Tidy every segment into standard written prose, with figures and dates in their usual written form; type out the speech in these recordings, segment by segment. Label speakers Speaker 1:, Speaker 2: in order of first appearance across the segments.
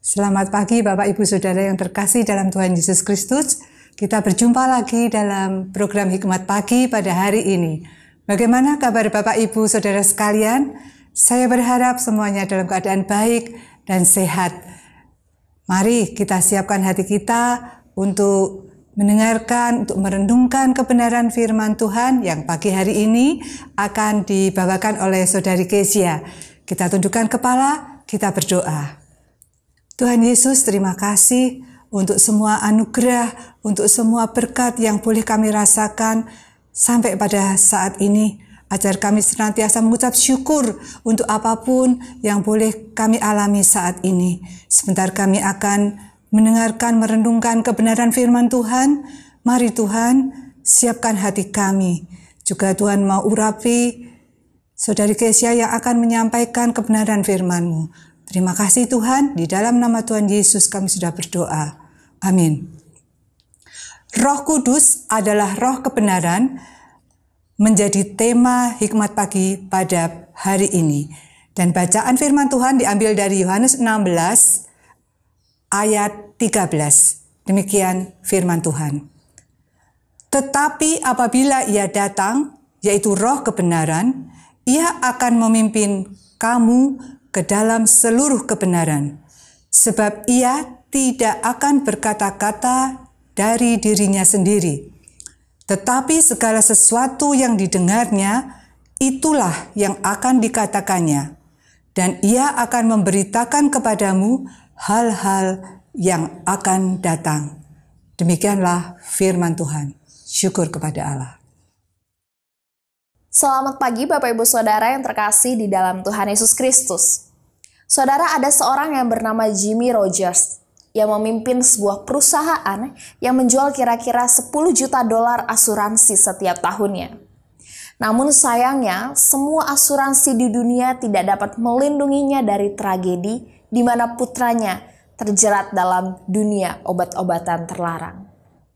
Speaker 1: Selamat pagi Bapak Ibu Saudara yang terkasih dalam Tuhan Yesus Kristus. Kita berjumpa lagi dalam program Hikmat Pagi pada hari ini. Bagaimana kabar Bapak Ibu Saudara sekalian? Saya berharap semuanya dalam keadaan baik dan sehat. Mari kita siapkan hati kita untuk mendengarkan, untuk merenungkan kebenaran firman Tuhan yang pagi hari ini akan dibawakan oleh Saudari Kezia. Kita tundukkan kepala, kita berdoa. Tuhan Yesus, terima kasih untuk semua anugerah, untuk semua berkat yang boleh kami rasakan sampai pada saat ini. Ajar kami senantiasa mengucap syukur untuk apapun yang boleh kami alami saat ini. Sebentar kami akan mendengarkan, merenungkan kebenaran firman Tuhan. Mari Tuhan, siapkan hati kami. Juga Tuhan mau urapi Saudari Kezia yang akan menyampaikan kebenaran firman-Mu. Terima kasih Tuhan, di dalam nama Tuhan Yesus kami sudah berdoa. Amin. Roh Kudus adalah roh kebenaran menjadi tema Hikmat Pagi pada hari ini. Dan bacaan firman Tuhan diambil dari Yohanes 16 ayat 13. Demikian firman Tuhan. Tetapi apabila Ia datang, yaitu roh kebenaran, Ia akan memimpin kamu ke dalam seluruh kebenaran, sebab Ia tidak akan berkata-kata dari dirinya sendiri, tetapi segala sesuatu yang didengarnya, itulah yang akan dikatakannya, dan Ia akan memberitakan kepadamu hal-hal yang akan datang. Demikianlah firman Tuhan. Syukur kepada Allah.
Speaker 2: Selamat pagi Bapak Ibu Saudara yang terkasih di dalam Tuhan Yesus Kristus. Saudara, ada seorang yang bernama Jimmy Rogers yang memimpin sebuah perusahaan yang menjual kira-kira 10 juta dolar asuransi setiap tahunnya. Namun sayangnya, semua asuransi di dunia tidak dapat melindunginya dari tragedi di mana putranya terjerat dalam dunia obat-obatan terlarang.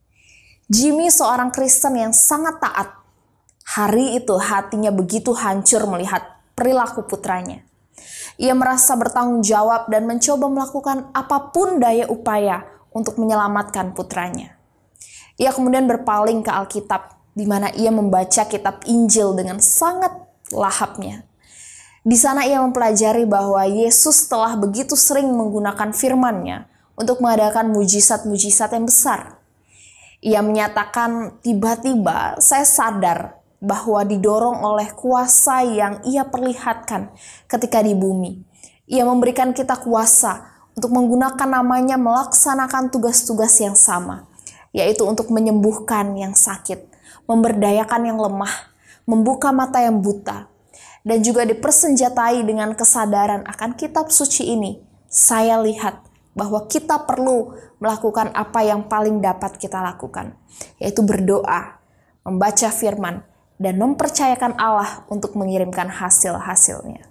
Speaker 2: Jimmy seorang Kristen yang sangat taat. Hari itu hatinya begitu hancur melihat perilaku putranya. Ia merasa bertanggung jawab dan mencoba melakukan apapun daya upaya untuk menyelamatkan putranya. Ia kemudian berpaling ke Alkitab, di mana ia membaca kitab Injil dengan sangat lahapnya. Di sana ia mempelajari bahwa Yesus telah begitu sering menggunakan firman-Nya untuk mengadakan mujizat-mujizat yang besar. Ia menyatakan, tiba-tiba saya sadar bahwa didorong oleh kuasa yang Ia perlihatkan ketika di bumi. Ia memberikan kita kuasa untuk menggunakan namanya melaksanakan tugas-tugas yang sama, yaitu untuk menyembuhkan yang sakit, memberdayakan yang lemah, membuka mata yang buta, dan juga dipersenjatai dengan kesadaran akan kitab suci ini. Saya lihat bahwa kita perlu melakukan apa yang paling dapat kita lakukan, yaitu berdoa, membaca firman, dan mempercayakan Allah untuk mengirimkan hasil-hasilnya.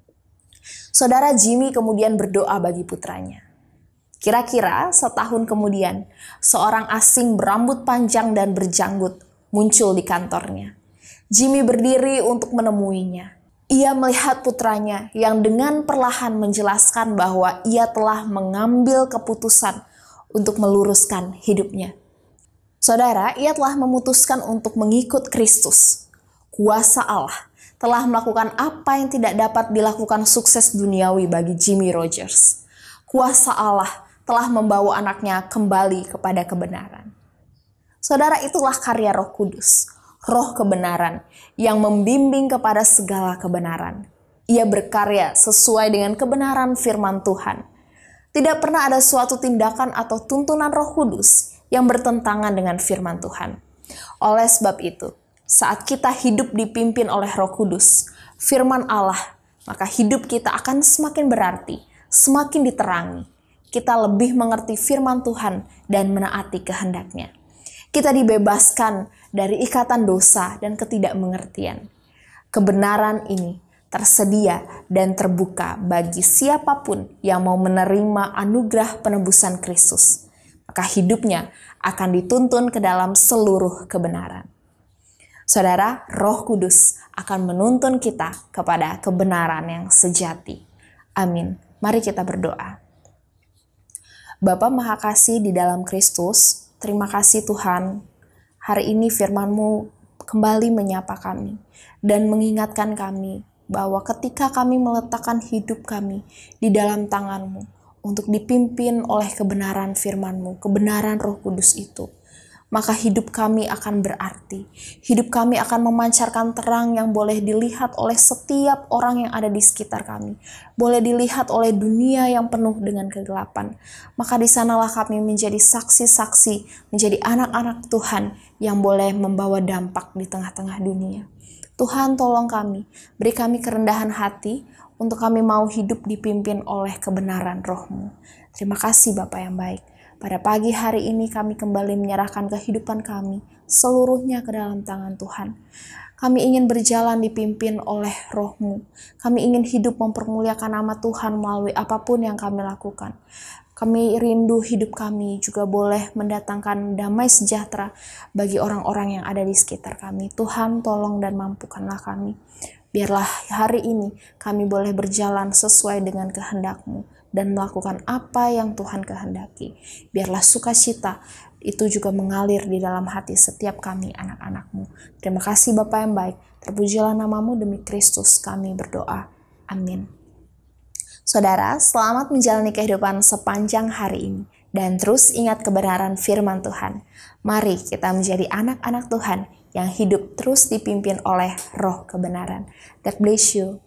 Speaker 2: Saudara, Jimmy kemudian berdoa bagi putranya. Kira-kira setahun kemudian, seorang asing berambut panjang dan berjanggut muncul di kantornya. Jimmy berdiri untuk menemuinya. Ia melihat putranya yang dengan perlahan menjelaskan bahwa ia telah mengambil keputusan untuk meluruskan hidupnya. Saudara, ia telah memutuskan untuk mengikut Kristus. Kuasa Allah telah melakukan apa yang tidak dapat dilakukan sukses duniawi bagi Jimmy Rogers. Kuasa Allah telah membawa anaknya kembali kepada kebenaran. Saudara, itulah karya Roh Kudus, roh kebenaran yang membimbing kepada segala kebenaran. Ia berkarya sesuai dengan kebenaran firman Tuhan. Tidak pernah ada suatu tindakan atau tuntunan Roh Kudus yang bertentangan dengan firman Tuhan. Oleh sebab itu, saat kita hidup dipimpin oleh Roh Kudus, firman Allah, maka hidup kita akan semakin berarti, semakin diterangi. Kita lebih mengerti firman Tuhan dan menaati kehendak-Nya. Kita dibebaskan dari ikatan dosa dan ketidakmengertian. Kebenaran ini tersedia dan terbuka bagi siapapun yang mau menerima anugerah penebusan Kristus. Maka hidupnya akan dituntun ke dalam seluruh kebenaran. Saudara, Roh Kudus akan menuntun kita kepada kebenaran yang sejati. Amin. Mari kita berdoa. Bapa Maha Kasih di dalam Kristus, terima kasih Tuhan. Hari ini firman-Mu kembali menyapa kami dan mengingatkan kami bahwa ketika kami meletakkan hidup kami di dalam tangan-Mu untuk dipimpin oleh kebenaran firman-Mu, kebenaran Roh Kudus itu, maka hidup kami akan berarti. Hidup kami akan memancarkan terang yang boleh dilihat oleh setiap orang yang ada di sekitar kami. Boleh dilihat oleh dunia yang penuh dengan kegelapan. Maka di sanalah kami menjadi saksi-saksi, menjadi anak-anak Tuhan yang boleh membawa dampak di tengah-tengah dunia. Tuhan tolong kami, beri kami kerendahan hati untuk kami mau hidup dipimpin oleh kebenaran Roh-Mu. Terima kasih Bapa yang baik. Pada pagi hari ini kami kembali menyerahkan kehidupan kami seluruhnya ke dalam tangan Tuhan. Kami ingin berjalan dipimpin oleh Roh-Mu. Kami ingin hidup mempermuliakan nama Tuhan melalui apapun yang kami lakukan. Kami rindu hidup kami juga boleh mendatangkan damai sejahtera bagi orang-orang yang ada di sekitar kami. Tuhan tolong dan mampukanlah kami. Biarlah hari ini kami boleh berjalan sesuai dengan kehendak-Mu dan melakukan apa yang Tuhan kehendaki. Biarlah sukacita itu juga mengalir di dalam hati setiap kami anak-anak-Mu. Terima kasih Bapa yang baik. Terpujilah nama-Mu, demi Kristus kami berdoa. Amin. Saudara, selamat menjalani kehidupan sepanjang hari ini. Dan terus ingat kebenaran firman Tuhan. Mari kita menjadi anak-anak Tuhan yang hidup terus dipimpin oleh Roh kebenaran. God bless you.